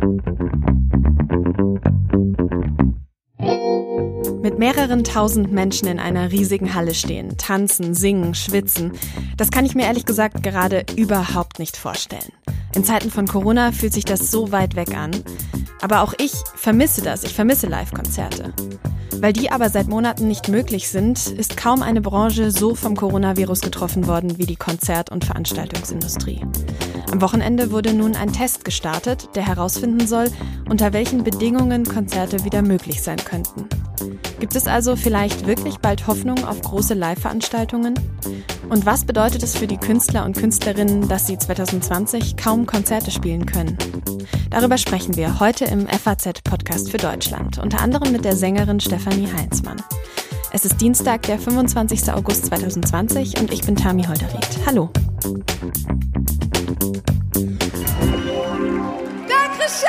Mit mehreren tausend Menschen in einer riesigen Halle stehen, tanzen, singen, schwitzen. Das kann ich mir ehrlich gesagt gerade überhaupt nicht vorstellen. In Zeiten von Corona fühlt sich das so weit weg an. Aber auch ich vermisse das. Ich vermisse Live-Konzerte. Weil die aber seit Monaten nicht möglich sind, ist kaum eine Branche so vom Coronavirus getroffen worden wie die Konzert- und Veranstaltungsindustrie. Am Wochenende wurde nun ein Test gestartet, der herausfinden soll, unter welchen Bedingungen Konzerte wieder möglich sein könnten. Gibt es also vielleicht wirklich bald Hoffnung auf große Live-Veranstaltungen? Und was bedeutet es für die Künstler und Künstlerinnen, dass sie 2020 kaum Konzerte spielen können? Darüber sprechen wir heute im FAZ-Podcast für Deutschland, unter anderem mit der Sängerin Stefanie Heinzmann. Es ist Dienstag, der 25. August 2020 und ich bin Tami Holderried. Hallo. Dankeschön!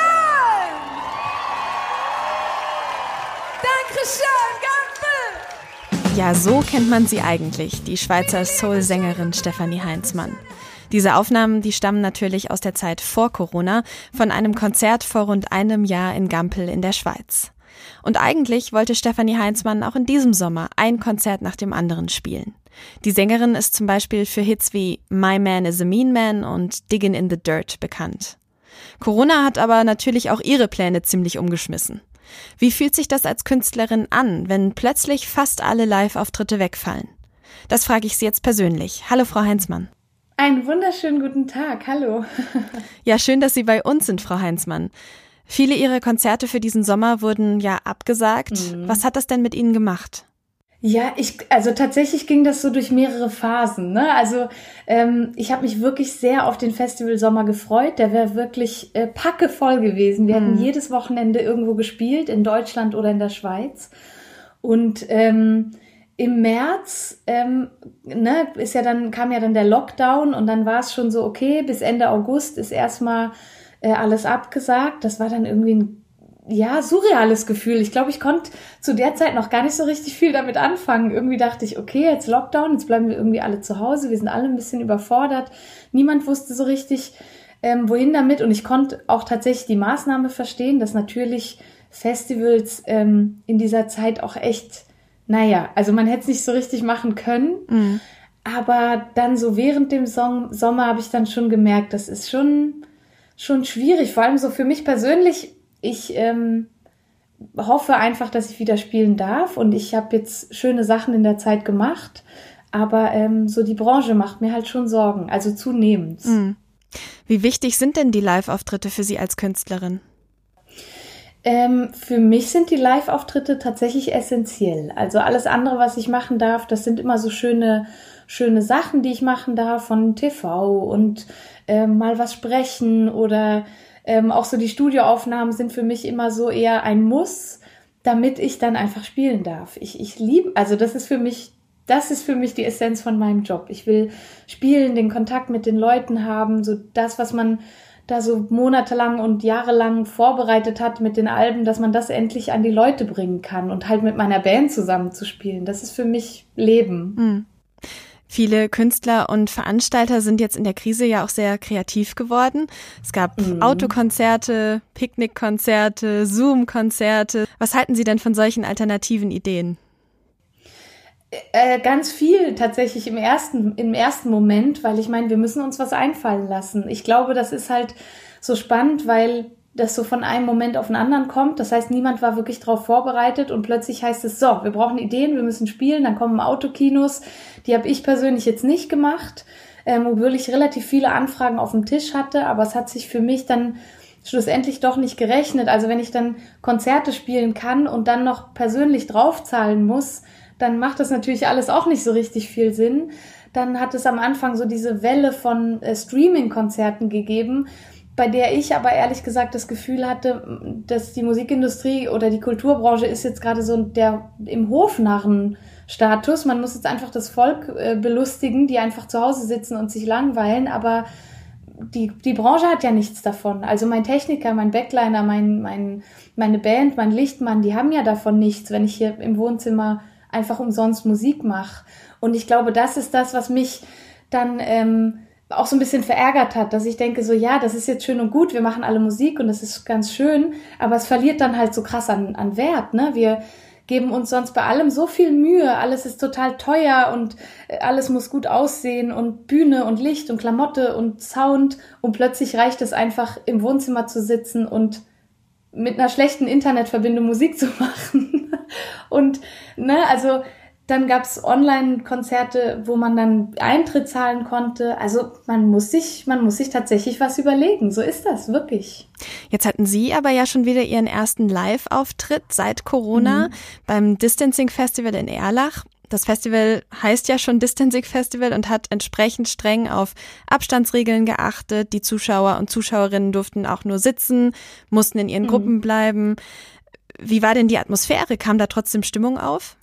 Dankeschön, Gampel! Ja, so kennt man sie eigentlich, die Schweizer Soul-Sängerin Stefanie Heinzmann. Diese Aufnahmen, die stammen natürlich aus der Zeit vor Corona, von einem Konzert vor rund einem Jahr in Gampel in der Schweiz. Und eigentlich wollte Stefanie Heinzmann auch in diesem Sommer ein Konzert nach dem anderen spielen. Die Sängerin ist zum Beispiel für Hits wie My Man is a Mean Man und Diggin' in the Dirt bekannt. Corona hat aber natürlich auch ihre Pläne ziemlich umgeschmissen. Wie fühlt sich das als Künstlerin an, wenn plötzlich fast alle Live-Auftritte wegfallen? Das frage ich Sie jetzt persönlich. Hallo, Frau Heinzmann. Einen wunderschönen guten Tag, hallo. Ja, schön, dass Sie bei uns sind, Frau Heinzmann. Viele Ihrer Konzerte für diesen Sommer wurden ja abgesagt. Was hat das denn mit Ihnen gemacht? Ja, also tatsächlich ging das so durch mehrere Phasen, ne? Also ich habe mich wirklich sehr auf den Festivalsommer gefreut. Der wäre wirklich packevoll gewesen. Wir hätten jedes Wochenende irgendwo gespielt, in Deutschland oder in der Schweiz. Und im März kam ja dann der Lockdown und dann war es schon so, okay, bis Ende August ist erstmal alles abgesagt. Das war dann irgendwie ein surreales Gefühl. Ich glaube, ich konnte zu der Zeit noch gar nicht so richtig viel damit anfangen. Irgendwie dachte ich, okay, jetzt Lockdown, jetzt bleiben wir irgendwie alle zu Hause. Wir sind alle ein bisschen überfordert. Niemand wusste so richtig, wohin damit. Und ich konnte auch tatsächlich die Maßnahme verstehen, dass natürlich Festivals in dieser Zeit auch echt, also man hätte es nicht so richtig machen können. Mhm. Aber dann so während dem Sommer habe ich dann schon gemerkt, das ist schon schwierig. Vor allem so für mich persönlich. Ich hoffe einfach, dass ich wieder spielen darf und ich habe jetzt schöne Sachen in der Zeit gemacht, aber so die Branche macht mir halt schon Sorgen, also zunehmend. Mhm. Wie wichtig sind denn die Live-Auftritte für Sie als Künstlerin? Für mich sind die Live-Auftritte tatsächlich essentiell. Also alles andere, was ich machen darf, das sind immer so schöne Sachen, die ich machen darf von TV und mal was sprechen oder auch so die Studioaufnahmen sind für mich immer so eher ein Muss, damit ich dann einfach spielen darf. Ich liebe, also das ist für mich die Essenz von meinem Job. Ich will spielen, den Kontakt mit den Leuten haben, so das, was man da so monatelang und jahrelang vorbereitet hat mit den Alben, dass man das endlich an die Leute bringen kann und halt mit meiner Band zusammen zu spielen. Das ist für mich Leben. Mhm. Viele Künstler und Veranstalter sind jetzt in der Krise ja auch sehr kreativ geworden. Es gab Autokonzerte, Picknickkonzerte, Zoom-Konzerte. Was halten Sie denn von solchen alternativen Ideen? Ganz viel tatsächlich im ersten Moment, weil ich meine, wir müssen uns was einfallen lassen. Ich glaube, das ist halt so spannend, weil das so von einem Moment auf den anderen kommt. Das heißt, niemand war wirklich darauf vorbereitet und plötzlich heißt es, so, wir brauchen Ideen, wir müssen spielen, dann kommen Autokinos. Die habe ich persönlich jetzt nicht gemacht, obwohl ich relativ viele Anfragen auf dem Tisch hatte, aber es hat sich für mich dann schlussendlich doch nicht gerechnet. Also wenn ich dann Konzerte spielen kann und dann noch persönlich draufzahlen muss, dann macht das natürlich alles auch nicht so richtig viel Sinn. Dann hat es am Anfang so diese Welle von Streaming-Konzerten gegeben, bei der ich aber ehrlich gesagt das Gefühl hatte, dass die Musikindustrie oder die Kulturbranche ist jetzt gerade so der im Hofnarren-Status. Man muss jetzt einfach das Volk belustigen, die einfach zu Hause sitzen und sich langweilen, aber die Branche hat ja nichts davon. Also mein Techniker, mein Backliner, meine Band, mein Lichtmann, die haben ja davon nichts, wenn ich hier im Wohnzimmer einfach umsonst Musik mache. Und ich glaube, das ist das, was mich dann auch so ein bisschen verärgert hat, dass ich denke so, ja, das ist jetzt schön und gut, wir machen alle Musik und das ist ganz schön, aber es verliert dann halt so krass an Wert, ne? Wir geben uns sonst bei allem so viel Mühe, alles ist total teuer und alles muss gut aussehen und Bühne und Licht und Klamotte und Sound und plötzlich reicht es einfach im Wohnzimmer zu sitzen und mit einer schlechten Internetverbindung Musik zu machen. Und also dann gab's Online-Konzerte, wo man dann Eintritt zahlen konnte. Also man muss sich tatsächlich was überlegen. So ist das, wirklich. Jetzt hatten Sie aber ja schon wieder Ihren ersten Live-Auftritt seit Corona beim Distancing Festival in Erlach. Das Festival heißt ja schon Distancing Festival und hat entsprechend streng auf Abstandsregeln geachtet. Die Zuschauer und Zuschauerinnen durften auch nur sitzen, mussten in ihren Gruppen bleiben. Wie war denn die Atmosphäre? Kam da trotzdem Stimmung auf?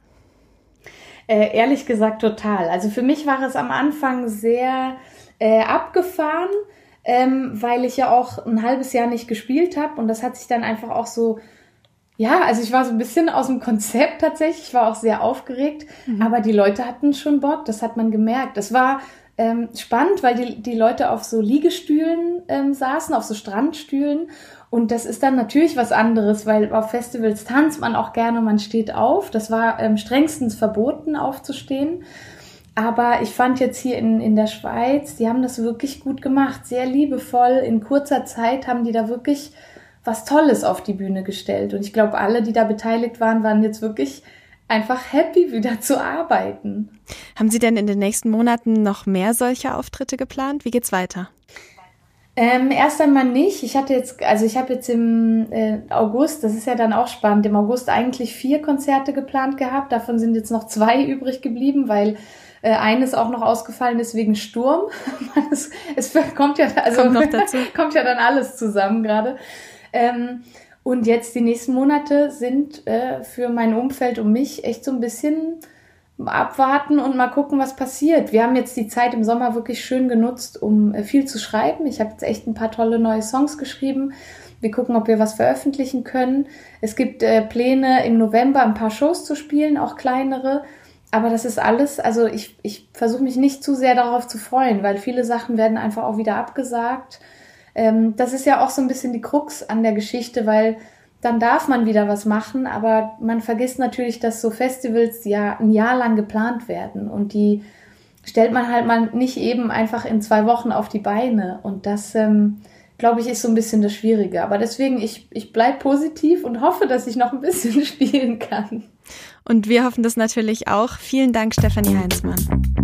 Ehrlich gesagt total. Also für mich war es am Anfang sehr abgefahren, weil ich ja auch ein halbes Jahr nicht gespielt habe und das hat sich dann einfach auch so, ja, also ich war so ein bisschen aus dem Konzept tatsächlich, ich war auch sehr aufgeregt, aber die Leute hatten schon Bock, das hat man gemerkt. Es war spannend, weil die Leute auf so Liegestühlen saßen, auf so Strandstühlen. Und das ist dann natürlich was anderes, weil auf Festivals tanzt man auch gerne, man steht auf. Das war strengstens verboten, aufzustehen. Aber ich fand jetzt hier in der Schweiz, die haben das wirklich gut gemacht, sehr liebevoll. In kurzer Zeit haben die da wirklich was Tolles auf die Bühne gestellt. Und ich glaube, alle, die da beteiligt waren jetzt wirklich einfach happy, wieder zu arbeiten. Haben Sie denn in den nächsten Monaten noch mehr solcher Auftritte geplant? Wie geht's weiter? Erst einmal nicht. Ich habe jetzt im August, das ist ja dann auch spannend, im August eigentlich 4 Konzerte geplant gehabt. Davon sind jetzt noch 2 übrig geblieben, weil eines auch noch ausgefallen ist wegen Sturm. Es kommt ja dann alles zusammen gerade. Und jetzt die nächsten Monate sind für mein Umfeld und mich echt so ein bisschen abwarten und mal gucken, was passiert. Wir haben jetzt die Zeit im Sommer wirklich schön genutzt, um viel zu schreiben. Ich habe jetzt echt ein paar tolle neue Songs geschrieben. Wir gucken, ob wir was veröffentlichen können. Es gibt Pläne, im November ein paar Shows zu spielen, auch kleinere. Aber das ist alles, also ich versuche mich nicht zu sehr darauf zu freuen, weil viele Sachen werden einfach auch wieder abgesagt. Das ist ja auch so ein bisschen die Krux an der Geschichte, weil dann darf man wieder was machen, aber man vergisst natürlich, dass so Festivals ja ein Jahr lang geplant werden und die stellt man halt mal nicht eben einfach in 2 Wochen auf die Beine und das, glaube ich, ist so ein bisschen das Schwierige. Aber deswegen, ich bleib positiv und hoffe, dass ich noch ein bisschen spielen kann. Und wir hoffen das natürlich auch. Vielen Dank, Stefanie Heinzmann.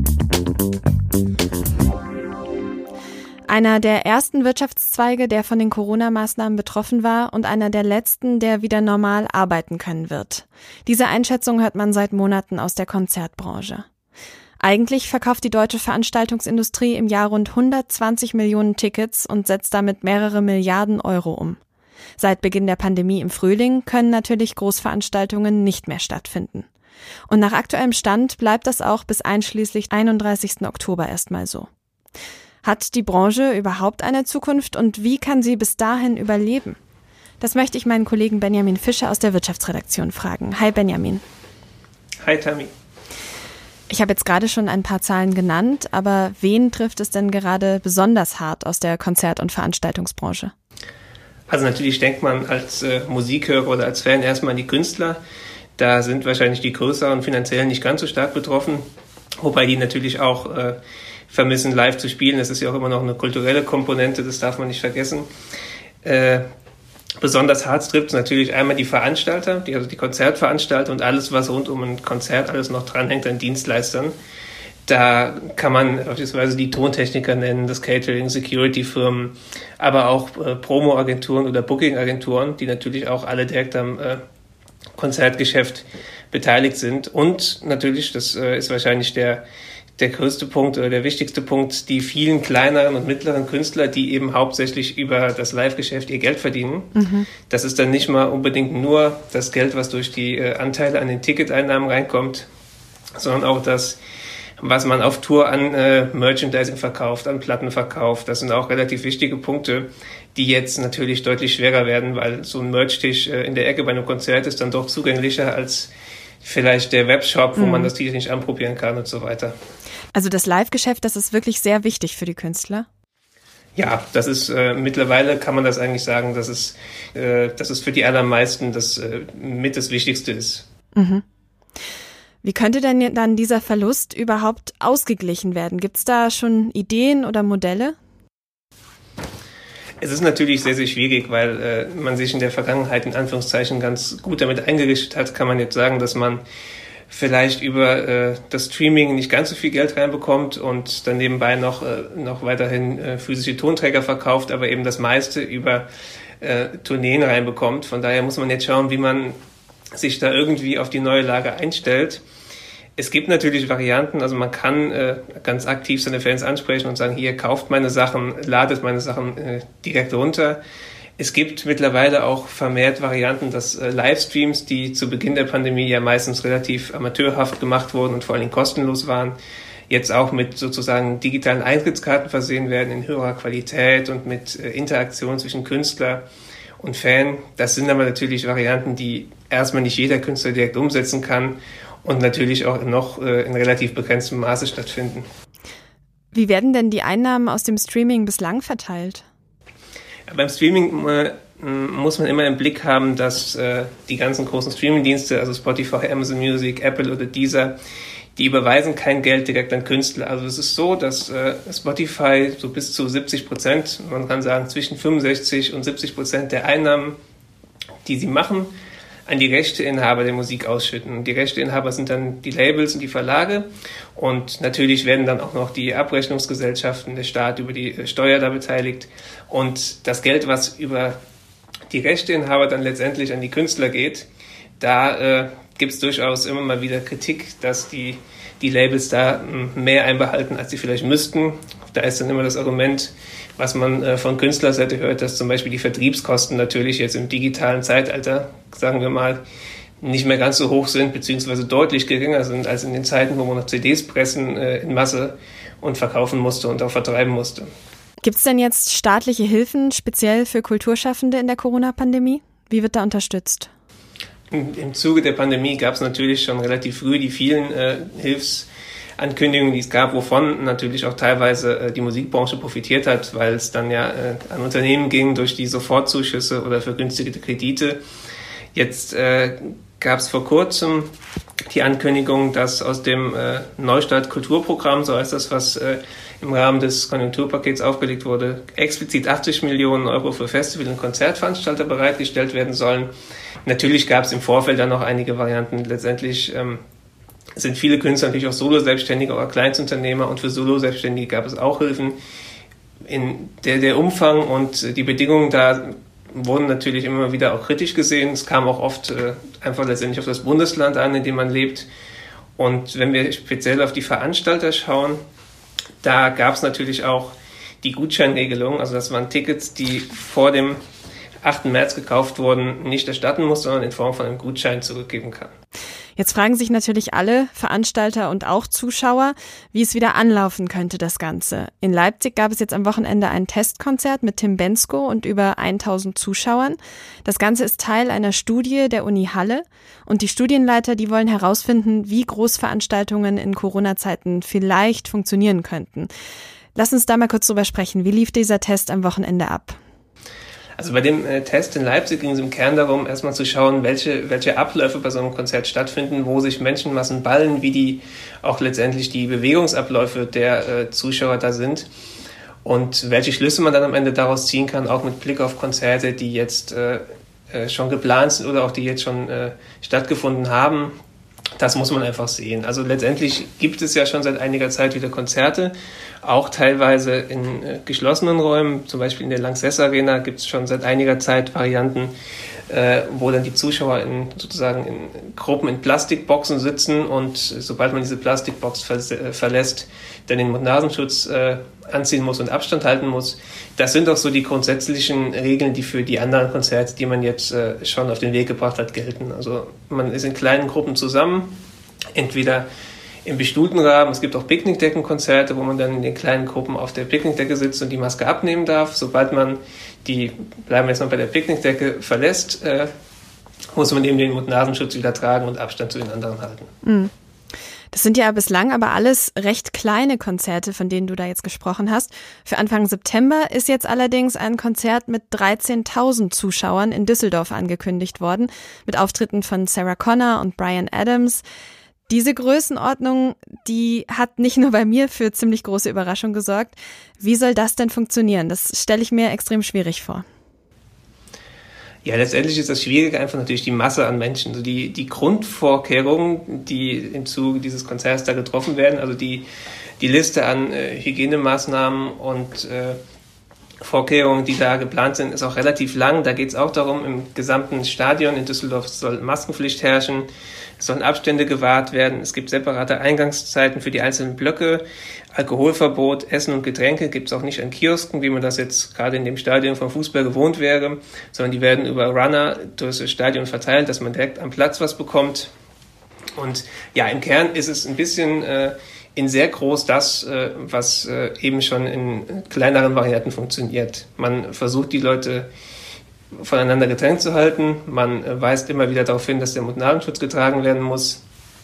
Einer der ersten Wirtschaftszweige, der von den Corona-Maßnahmen betroffen war und einer der letzten, der wieder normal arbeiten können wird. Diese Einschätzung hört man seit Monaten aus der Konzertbranche. Eigentlich verkauft die deutsche Veranstaltungsindustrie im Jahr rund 120 Millionen Tickets und setzt damit mehrere Milliarden Euro um. Seit Beginn der Pandemie im Frühling können natürlich Großveranstaltungen nicht mehr stattfinden. Und nach aktuellem Stand bleibt das auch bis einschließlich 31. Oktober erstmal so. Hat die Branche überhaupt eine Zukunft und wie kann sie bis dahin überleben? Das möchte ich meinen Kollegen Benjamin Fischer aus der Wirtschaftsredaktion fragen. Hi Benjamin. Hi Tammy. Ich habe jetzt gerade schon ein paar Zahlen genannt, aber wen trifft es denn gerade besonders hart aus der Konzert- und Veranstaltungsbranche? Also natürlich denkt man als Musikhörer oder als Fan erstmal an die Künstler. Da sind wahrscheinlich die größeren finanziell nicht ganz so stark betroffen, wobei die natürlich auch vermissen, live zu spielen. Das ist ja auch immer noch eine kulturelle Komponente, das darf man nicht vergessen. Besonders hart trifft es natürlich einmal die Veranstalter, also die Konzertveranstalter und alles, was rund um ein Konzert alles noch dranhängt an Dienstleistern. Da kann man beispielsweise die Tontechniker nennen, das Catering, Security-Firmen, aber auch Promo-Agenturen oder Booking-Agenturen, die natürlich auch alle direkt am Konzertgeschäft beteiligt sind. Und natürlich, das ist wahrscheinlich der größte Punkt oder der wichtigste Punkt, die vielen kleineren und mittleren Künstler, die eben hauptsächlich über das Live-Geschäft ihr Geld verdienen. Mhm. Das ist dann nicht mal unbedingt nur das Geld, was durch die Anteile an den Ticketeinnahmen reinkommt, sondern auch das, was man auf Tour an Merchandising verkauft, an Platten verkauft. Das sind auch relativ wichtige Punkte, die jetzt natürlich deutlich schwerer werden, weil so ein Merchtisch in der Ecke bei einem Konzert ist dann doch zugänglicher als vielleicht der Webshop, wo man das Ticket nicht anprobieren kann und so weiter. Also das Live-Geschäft, das ist wirklich sehr wichtig für die Künstler? Ja, das ist mittlerweile kann man das eigentlich sagen, dass es für die allermeisten das mit das Wichtigste ist. Mhm. Wie könnte denn dann dieser Verlust überhaupt ausgeglichen werden? Gibt es da schon Ideen oder Modelle? Es ist natürlich sehr, sehr schwierig, weil man sich in der Vergangenheit in Anführungszeichen ganz gut damit eingerichtet hat, kann man jetzt sagen, dass man vielleicht über das Streaming nicht ganz so viel Geld reinbekommt und dann nebenbei noch weiterhin physische Tonträger verkauft, aber eben das meiste über Tourneen reinbekommt. Von daher muss man jetzt schauen, wie man sich da irgendwie auf die neue Lage einstellt. Es gibt natürlich Varianten, also man kann ganz aktiv seine Fans ansprechen und sagen, hier, kauft meine Sachen, ladet meine Sachen direkt runter. Es gibt mittlerweile auch vermehrt Varianten, dass Livestreams, die zu Beginn der Pandemie ja meistens relativ amateurhaft gemacht wurden und vor allen Dingen kostenlos waren, jetzt auch mit sozusagen digitalen Eintrittskarten versehen werden in höherer Qualität und mit Interaktion zwischen Künstler und Fan. Das sind aber natürlich Varianten, die erstmal nicht jeder Künstler direkt umsetzen kann und natürlich auch noch in relativ begrenztem Maße stattfinden. Wie werden denn die Einnahmen aus dem Streaming bislang verteilt? Beim Streaming muss man immer im Blick haben, dass die ganzen großen Streaming-Dienste, also Spotify, Amazon Music, Apple oder Deezer, die überweisen kein Geld direkt an Künstler. Also es ist so, dass Spotify so bis zu 70%, man kann sagen zwischen 65% und 70% der Einnahmen, die sie machen, an die Rechteinhaber der Musik ausschütten. Die Rechteinhaber sind dann die Labels und die Verlage und natürlich werden dann auch noch die Abrechnungsgesellschaften, der Staat über die Steuer da beteiligt und das Geld, was über die Rechteinhaber dann letztendlich an die Künstler geht, da gibt es durchaus immer mal wieder Kritik, dass die Labels da mehr einbehalten, als sie vielleicht müssten. Da ist dann immer das Argument, was man von Künstlerseite hört, dass zum Beispiel die Vertriebskosten natürlich jetzt im digitalen Zeitalter, sagen wir mal, nicht mehr ganz so hoch sind, beziehungsweise deutlich geringer sind als in den Zeiten, wo man noch CDs pressen in Masse und verkaufen musste und auch vertreiben musste. Gibt es denn jetzt staatliche Hilfen speziell für Kulturschaffende in der Corona-Pandemie? Wie wird da unterstützt? Im Zuge der Pandemie gab es natürlich schon relativ früh die vielen Hilfsankündigungen, die es gab, wovon natürlich auch teilweise die Musikbranche profitiert hat, weil es dann ja an Unternehmen ging durch die Sofortzuschüsse oder vergünstigte Kredite. Jetzt gab es vor kurzem die Ankündigung, dass aus dem Neustart Kulturprogramm, so heißt das, was im Rahmen des Konjunkturpakets aufgelegt wurde, explizit 80 Millionen Euro für Festival- und Konzertveranstalter bereitgestellt werden sollen. Natürlich gab es im Vorfeld dann noch einige Varianten. Letztendlich sind viele Künstler natürlich auch Solo-Selbstständige oder Kleinstunternehmer und für Solo-Selbstständige gab es auch Hilfen. Der Umfang und die Bedingungen da wurden natürlich immer wieder auch kritisch gesehen. Es kam auch oft einfach letztendlich auf das Bundesland an, in dem man lebt. Und wenn wir speziell auf die Veranstalter schauen, da gab es natürlich auch die Gutscheinregelung. Also das waren Tickets, die vor dem 8. März gekauft wurden, nicht erstatten muss, sondern in Form von einem Gutschein zurückgeben kann. Jetzt fragen sich natürlich alle Veranstalter und auch Zuschauer, wie es wieder anlaufen könnte, das Ganze. In Leipzig gab es jetzt am Wochenende ein Testkonzert mit Tim Bendzko und über 1000 Zuschauern. Das Ganze ist Teil einer Studie der Uni Halle und die Studienleiter, die wollen herausfinden, wie Großveranstaltungen in Corona-Zeiten vielleicht funktionieren könnten. Lass uns da mal kurz drüber sprechen. Wie lief dieser Test am Wochenende ab? Also bei dem Test in Leipzig ging es im Kern darum, erstmal zu schauen, welche Abläufe bei so einem Konzert stattfinden, wo sich Menschenmassen ballen, wie die auch letztendlich die Bewegungsabläufe der Zuschauer da sind und welche Schlüsse man dann am Ende daraus ziehen kann, auch mit Blick auf Konzerte, die jetzt schon geplant sind oder auch die jetzt schon stattgefunden haben. Das muss man einfach sehen. Also letztendlich gibt es ja schon seit einiger Zeit wieder Konzerte, auch teilweise in geschlossenen Räumen, zum Beispiel in der Lanxess Arena gibt es schon seit einiger Zeit Varianten, wo dann die Zuschauer sozusagen in Gruppen in Plastikboxen sitzen und sobald man diese Plastikbox verlässt, dann den Mund-Nasenschutz anziehen muss und Abstand halten muss. Das sind auch so die grundsätzlichen Regeln, die für die anderen Konzerte, die man jetzt schon auf den Weg gebracht hat, gelten. Also man ist in kleinen Gruppen zusammen, entweder im bestuhlten Rahmen. Es gibt auch Picknickdeckenkonzerte, wo man dann in den kleinen Gruppen auf der Picknickdecke sitzt und die Maske abnehmen darf. Sobald man bleiben wir jetzt noch bei der Picknickdecke, verlässt, muss man eben den Mund-Nasenschutz wieder tragen und Abstand zu den anderen halten. Mhm. Das sind ja bislang aber alles recht kleine Konzerte, von denen du da jetzt gesprochen hast. Für Anfang September ist jetzt allerdings ein Konzert mit 13.000 Zuschauern in Düsseldorf angekündigt worden, mit Auftritten von Sarah Connor und Bryan Adams. Diese Größenordnung, die hat nicht nur bei mir für ziemlich große Überraschung gesorgt. Wie soll das denn funktionieren? Das stelle ich mir extrem schwierig vor. Ja, letztendlich ist das Schwierige einfach natürlich die Masse an Menschen. Also die Grundvorkehrungen, die im Zuge dieses Konzerts da getroffen werden, also die Liste an Hygienemaßnahmen und Vorkehrungen, die da geplant sind, ist auch relativ lang. Da geht es auch darum, im gesamten Stadion in Düsseldorf soll Maskenpflicht herrschen, es sollen Abstände gewahrt werden, es gibt separate Eingangszeiten für die einzelnen Blöcke, Alkoholverbot, Essen und Getränke gibt es auch nicht an Kiosken, wie man das jetzt gerade in dem Stadion vom Fußball gewohnt wäre, sondern die werden über Runner durch das Stadion verteilt, dass man direkt am Platz was bekommt. Und ja, im Kern ist es ein bisschen in sehr groß das, was eben schon in kleineren Varianten funktioniert. Man versucht, die Leute voneinander getrennt zu halten. Man weist immer wieder darauf hin, dass der Mund-Nasenschutz getragen werden muss.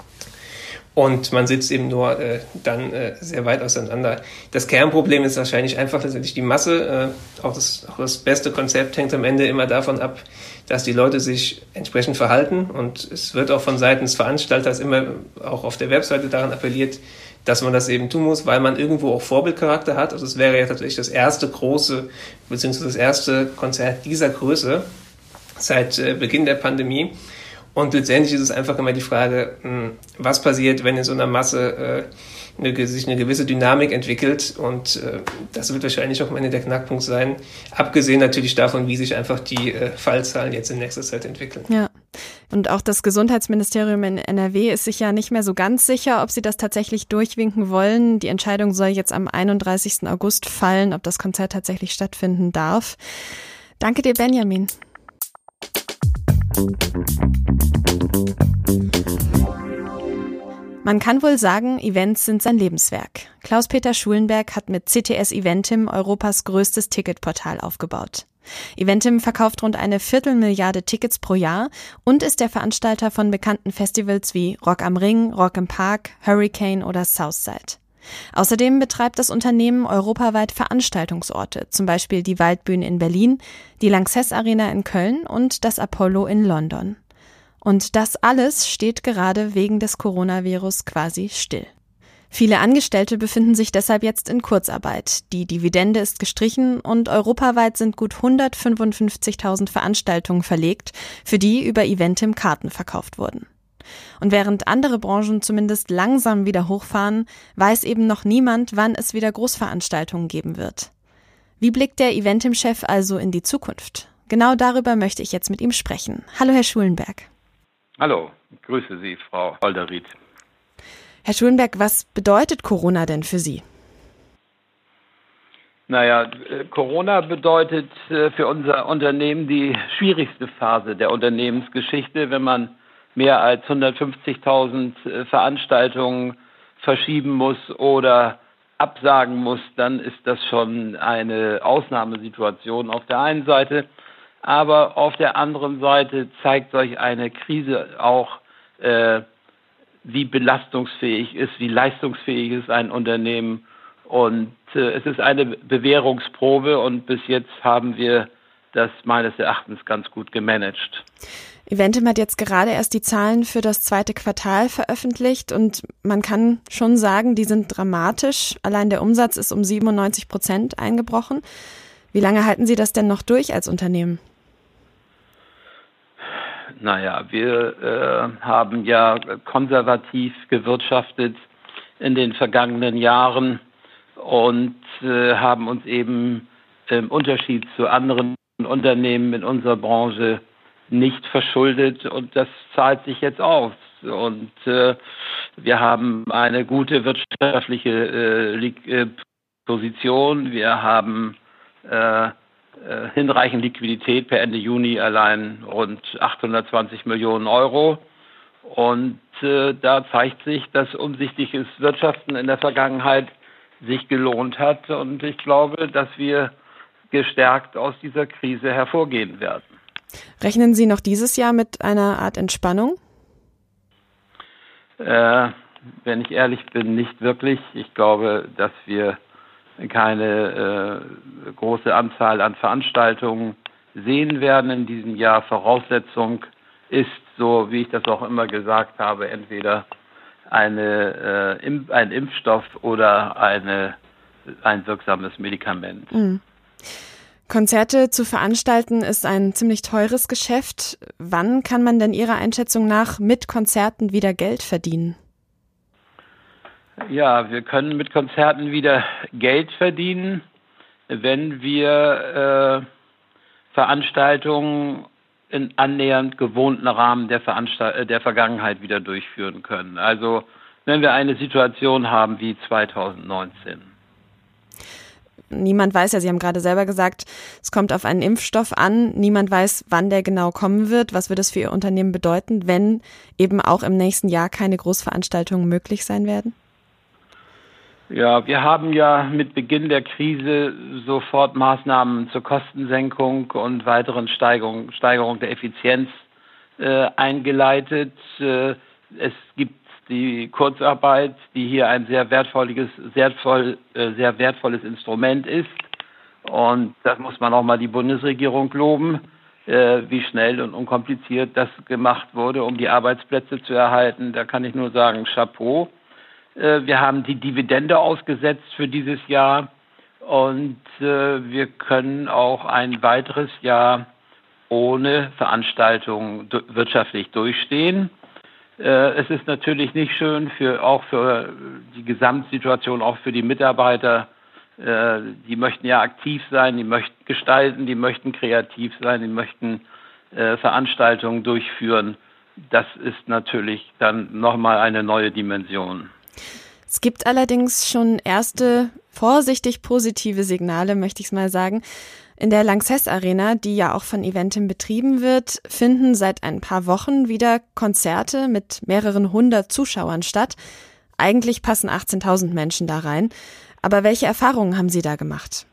Und man sitzt eben nur dann sehr weit auseinander. Das Kernproblem ist wahrscheinlich einfach letztendlich die Masse. Auch das beste Konzept hängt am Ende immer davon ab, dass die Leute sich entsprechend verhalten. Und es wird auch von Seiten des Veranstalters immer auch auf der Webseite daran appelliert, dass man das eben tun muss, weil man irgendwo auch Vorbildcharakter hat. Also es wäre ja tatsächlich das erste große, beziehungsweise das erste Konzert dieser Größe seit Beginn der Pandemie. Und letztendlich ist es einfach immer die Frage, was passiert, wenn in so einer Masse sich eine gewisse Dynamik entwickelt. Und das wird wahrscheinlich auch am Ende der Knackpunkt sein. Abgesehen natürlich davon, wie sich einfach die Fallzahlen jetzt in nächster Zeit entwickeln. Ja. Und auch das Gesundheitsministerium in NRW ist sich ja nicht mehr so ganz sicher, ob sie das tatsächlich durchwinken wollen. Die Entscheidung soll jetzt am 31. August fallen, ob das Konzert tatsächlich stattfinden darf. Danke dir, Benjamin. Man kann wohl sagen, Events sind sein Lebenswerk. Klaus-Peter Schulenberg hat mit CTS Eventim Europas größtes Ticketportal aufgebaut. Eventim verkauft rund 250 Tickets pro Jahr und ist der Veranstalter von bekannten Festivals wie Rock am Ring, Rock im Park, Hurricane oder Southside. Außerdem betreibt das Unternehmen europaweit Veranstaltungsorte, zum Beispiel die Waldbühne in Berlin, die Lanxess Arena in Köln und das Apollo in London. Und das alles steht gerade wegen des Coronavirus quasi still. Viele Angestellte befinden sich deshalb jetzt in Kurzarbeit. Die Dividende ist gestrichen und europaweit sind gut 155.000 Veranstaltungen verlegt, für die über Eventim Karten verkauft wurden. Und während andere Branchen zumindest langsam wieder hochfahren, weiß eben noch niemand, wann es wieder Großveranstaltungen geben wird. Wie blickt der Eventim-Chef also in die Zukunft? Genau darüber möchte ich jetzt mit ihm sprechen. Hallo, Herr Schulenberg. Hallo, grüße Sie, Frau Holderried. Herr Schulenberg, was bedeutet Corona denn für Sie? Naja, Corona bedeutet für unser Unternehmen die schwierigste Phase der Unternehmensgeschichte. Wenn man mehr als 150.000 Veranstaltungen verschieben muss oder absagen muss, dann ist das schon eine Ausnahmesituation auf der einen Seite. Aber auf der anderen Seite zeigt solch eine Krise auch, wie belastungsfähig ist, wie leistungsfähig ist ein Unternehmen. Und es ist eine Bewährungsprobe und bis jetzt haben wir das meines Erachtens ganz gut gemanagt. Eventim hat jetzt gerade erst die Zahlen für das zweite Quartal veröffentlicht und man kann schon sagen, die sind dramatisch. Allein der Umsatz ist um 97% eingebrochen. Wie lange halten Sie das denn noch durch als Unternehmen? Naja, wir haben ja konservativ gewirtschaftet in den vergangenen Jahren und haben uns eben im Unterschied zu anderen Unternehmen in unserer Branche nicht verschuldet und das zahlt sich jetzt aus. Und wir haben eine gute wirtschaftliche Position. Wir haben hinreichend Liquidität, per Ende Juni allein rund 820 Millionen Euro. Und da zeigt sich, dass umsichtiges Wirtschaften in der Vergangenheit sich gelohnt hat. Und ich glaube, dass wir gestärkt aus dieser Krise hervorgehen werden. Rechnen Sie noch dieses Jahr mit einer Art Entspannung? Wenn ich ehrlich bin, nicht wirklich. Ich glaube, dass wir keine große Anzahl an Veranstaltungen sehen werden in diesem Jahr. Voraussetzung ist, so wie ich das auch immer gesagt habe, entweder ein Impfstoff oder ein wirksames Medikament. Mhm. Konzerte zu veranstalten ist ein ziemlich teures Geschäft. Wann kann man denn Ihrer Einschätzung nach mit Konzerten wieder Geld verdienen? Ja, wir können mit Konzerten wieder Geld verdienen, wenn wir Veranstaltungen in annähernd gewohnten Rahmen der Vergangenheit wieder durchführen können. Also wenn wir eine Situation haben wie 2019. Niemand weiß ja, Sie haben gerade selber gesagt, es kommt auf einen Impfstoff an. Niemand weiß, wann der genau kommen wird. Was wird das für Ihr Unternehmen bedeuten, wenn eben auch im nächsten Jahr keine Großveranstaltungen möglich sein werden? Ja, wir haben ja mit Beginn der Krise sofort Maßnahmen zur Kostensenkung und weiteren Steigerung der Effizienz eingeleitet. Es gibt die Kurzarbeit, die hier ein sehr wertvolles Instrument ist. Und das muss man auch mal die Bundesregierung loben, wie schnell und unkompliziert das gemacht wurde, um die Arbeitsplätze zu erhalten. Da kann ich nur sagen, Chapeau. Wir haben die Dividende ausgesetzt für dieses Jahr und wir können auch ein weiteres Jahr ohne Veranstaltungen wirtschaftlich durchstehen. Es ist natürlich nicht schön, auch für die Gesamtsituation, auch für die Mitarbeiter. Die möchten ja aktiv sein, die möchten gestalten, die möchten kreativ sein, die möchten Veranstaltungen durchführen. Das ist natürlich dann nochmal eine neue Dimension. Es gibt allerdings schon erste vorsichtig positive Signale, möchte ich es mal sagen. In der Lanxess Arena, die ja auch von Eventim betrieben wird, finden seit ein paar Wochen wieder Konzerte mit mehreren hundert Zuschauern statt. Eigentlich passen 18.000 Menschen da rein. Aber welche Erfahrungen haben Sie da gemacht?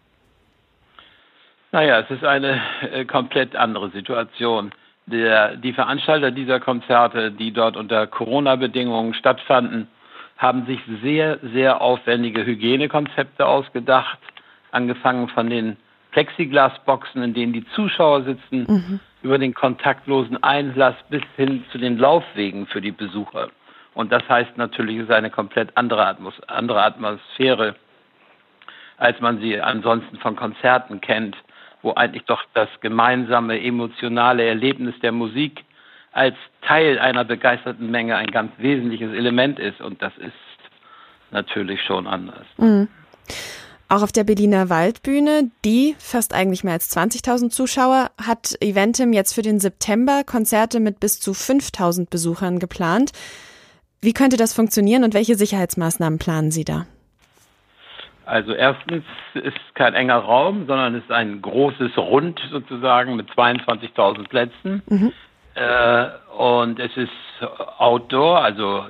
Naja, es ist eine komplett andere Situation. Die Veranstalter dieser Konzerte, die dort unter Corona-Bedingungen stattfanden, haben sich sehr, sehr aufwendige Hygienekonzepte ausgedacht, angefangen von den Plexiglasboxen, in denen die Zuschauer sitzen, über den kontaktlosen Einlass bis hin zu den Laufwegen für die Besucher. Und das heißt natürlich, es ist eine komplett andere Atmosphäre, als man sie ansonsten von Konzerten kennt, wo eigentlich doch das gemeinsame emotionale Erlebnis der Musik als Teil einer begeisterten Menge ein ganz wesentliches Element ist. Und das ist natürlich schon anders. Mhm. Auch auf der Berliner Waldbühne, die fast eigentlich mehr als 20.000 Zuschauer, hat Eventim jetzt für den September Konzerte mit bis zu 5.000 Besuchern geplant. Wie könnte das funktionieren und welche Sicherheitsmaßnahmen planen Sie da? Also erstens ist kein enger Raum, sondern es ist ein großes Rund sozusagen mit 22.000 Plätzen. Und es ist Outdoor, also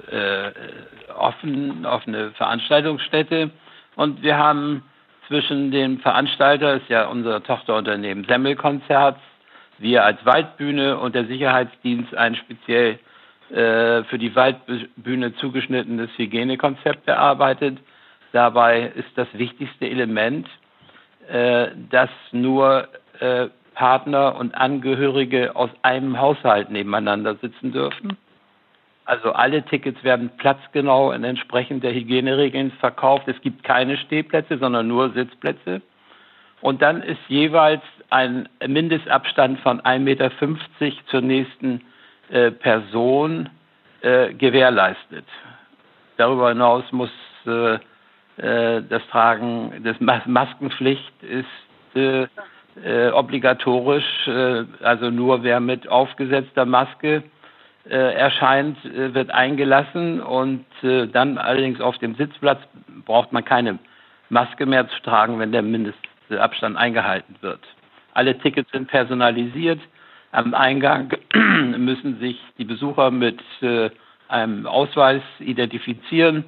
offene Veranstaltungsstätte. Und wir haben zwischen dem Veranstalter, ist ja unser Tochterunternehmen Semmelkonzerts, wir als Waldbühne und der Sicherheitsdienst ein speziell für die Waldbühne zugeschnittenes Hygienekonzept erarbeitet. Dabei ist das wichtigste Element, dass nur Partner und Angehörige aus einem Haushalt nebeneinander sitzen dürfen. Also alle Tickets werden platzgenau und entsprechend der Hygieneregeln verkauft. Es gibt keine Stehplätze, sondern nur Sitzplätze. Und dann ist jeweils ein Mindestabstand von 1,50 Meter zur nächsten Person gewährleistet. Darüber hinaus muss das Tragen des Maskenpflicht ist obligatorisch, also nur wer mit aufgesetzter Maske erscheint, wird eingelassen und dann allerdings auf dem Sitzplatz braucht man keine Maske mehr zu tragen, wenn der Mindestabstand eingehalten wird. Alle Tickets sind personalisiert. Am Eingang müssen sich die Besucher mit einem Ausweis identifizieren.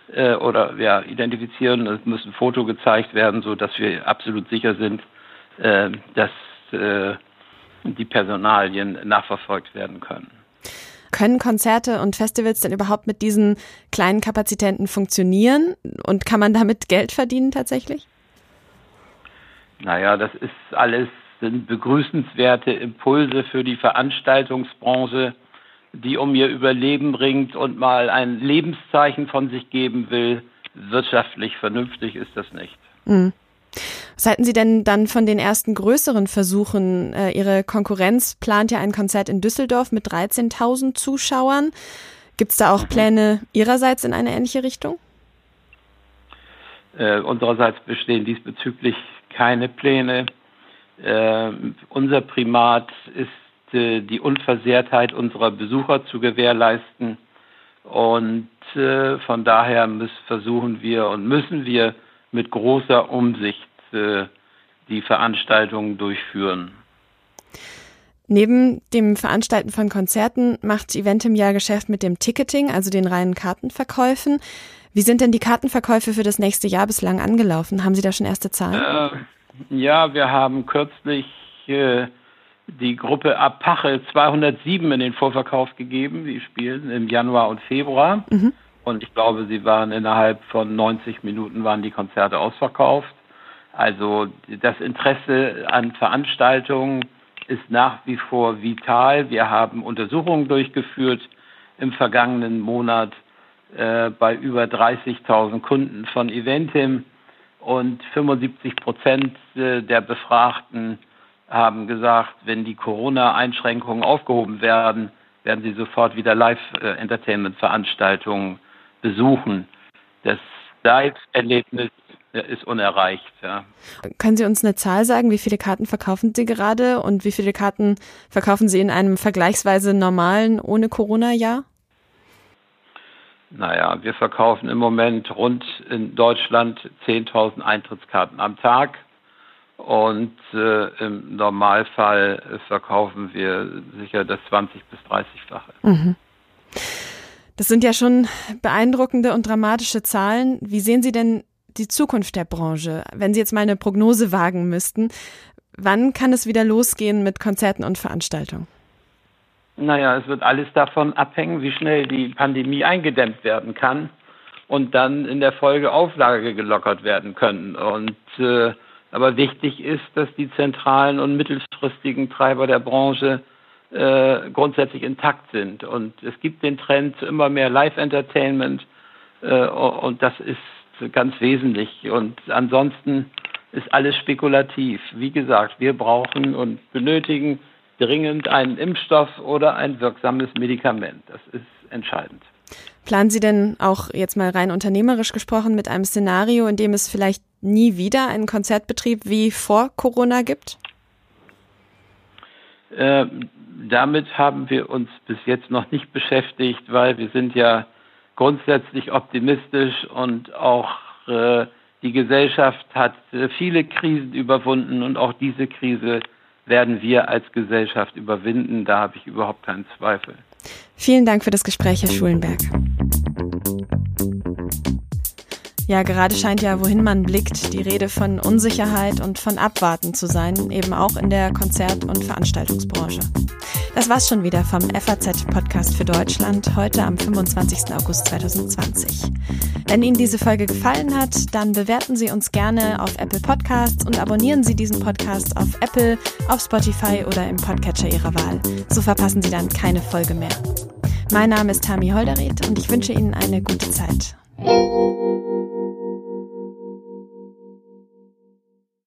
Es muss ein Foto gezeigt werden, sodass wir absolut sicher sind, dass die Personalien nachverfolgt werden können. Können Konzerte und Festivals denn überhaupt mit diesen kleinen Kapazitäten funktionieren? Und kann man damit Geld verdienen tatsächlich? Naja, das ist alles, sind begrüßenswerte Impulse für die Veranstaltungsbranche, die um ihr Überleben ringt und mal ein Lebenszeichen von sich geben will. Wirtschaftlich vernünftig ist das nicht. Mhm. Was halten Sie denn dann von den ersten größeren Versuchen? Ihre Konkurrenz plant ja ein Konzert in Düsseldorf mit 13.000 Zuschauern. Gibt es da auch Pläne Ihrerseits in eine ähnliche Richtung? Unsererseits bestehen diesbezüglich keine Pläne. Unser Primat ist die Unversehrtheit unserer Besucher zu gewährleisten. Und von daher müssen wir mit großer Umsicht die Veranstaltungen durchführen. Neben dem Veranstalten von Konzerten macht Eventim ja Geschäft mit dem Ticketing, also den reinen Kartenverkäufen. Wie sind denn die Kartenverkäufe für das nächste Jahr bislang angelaufen? Haben Sie da schon erste Zahlen? Ja, wir haben kürzlich die Gruppe Apache 207 in den Vorverkauf gegeben. Die spielen im Januar und Februar. Mhm. Und ich glaube, sie waren innerhalb von 90 Minuten waren die Konzerte ausverkauft. Also das Interesse an Veranstaltungen ist nach wie vor vital. Wir haben Untersuchungen durchgeführt im vergangenen Monat bei über 30.000 Kunden von Eventim und 75% der Befragten haben gesagt, wenn die Corona-Einschränkungen aufgehoben werden, werden sie sofort wieder Live-Entertainment-Veranstaltungen besuchen. Das Live-Erlebnis ist unerreicht. Ja. Können Sie uns eine Zahl sagen, wie viele Karten verkaufen Sie gerade und wie viele Karten verkaufen Sie in einem vergleichsweise normalen, ohne Corona-Jahr? Naja, wir verkaufen im Moment rund in Deutschland 10.000 Eintrittskarten am Tag und im Normalfall verkaufen wir sicher das 20- bis 30-fache. Mhm. Das sind ja schon beeindruckende und dramatische Zahlen. Wie sehen Sie denn die Zukunft der Branche? Wenn Sie jetzt mal eine Prognose wagen müssten, wann kann es wieder losgehen mit Konzerten und Veranstaltungen? Naja, es wird alles davon abhängen, wie schnell die Pandemie eingedämmt werden kann und dann in der Folge Auflagen gelockert werden können. Aber wichtig ist, dass die zentralen und mittelfristigen Treiber der Branche grundsätzlich intakt sind. Und es gibt den Trend zu immer mehr Live-Entertainment und das ist ganz wesentlich. Und ansonsten ist alles spekulativ. Wie gesagt, wir brauchen und benötigen dringend einen Impfstoff oder ein wirksames Medikament. Das ist entscheidend. Planen Sie denn auch jetzt mal rein unternehmerisch gesprochen mit einem Szenario, in dem es vielleicht nie wieder einen Konzertbetrieb wie vor Corona gibt? Damit haben wir uns bis jetzt noch nicht beschäftigt, weil wir sind ja grundsätzlich optimistisch und auch die Gesellschaft hat viele Krisen überwunden und auch diese Krise werden wir als Gesellschaft überwinden. Da habe ich überhaupt keinen Zweifel. Vielen Dank für das Gespräch, Herr Schulenberg. Ja, gerade scheint ja, wohin man blickt, die Rede von Unsicherheit und von Abwarten zu sein, eben auch in der Konzert- und Veranstaltungsbranche. Das war's schon wieder vom FAZ-Podcast für Deutschland, heute am 25. August 2020. Wenn Ihnen diese Folge gefallen hat, dann bewerten Sie uns gerne auf Apple Podcasts und abonnieren Sie diesen Podcast auf Apple, auf Spotify oder im Podcatcher Ihrer Wahl. So verpassen Sie dann keine Folge mehr. Mein Name ist Tami Holderried und ich wünsche Ihnen eine gute Zeit.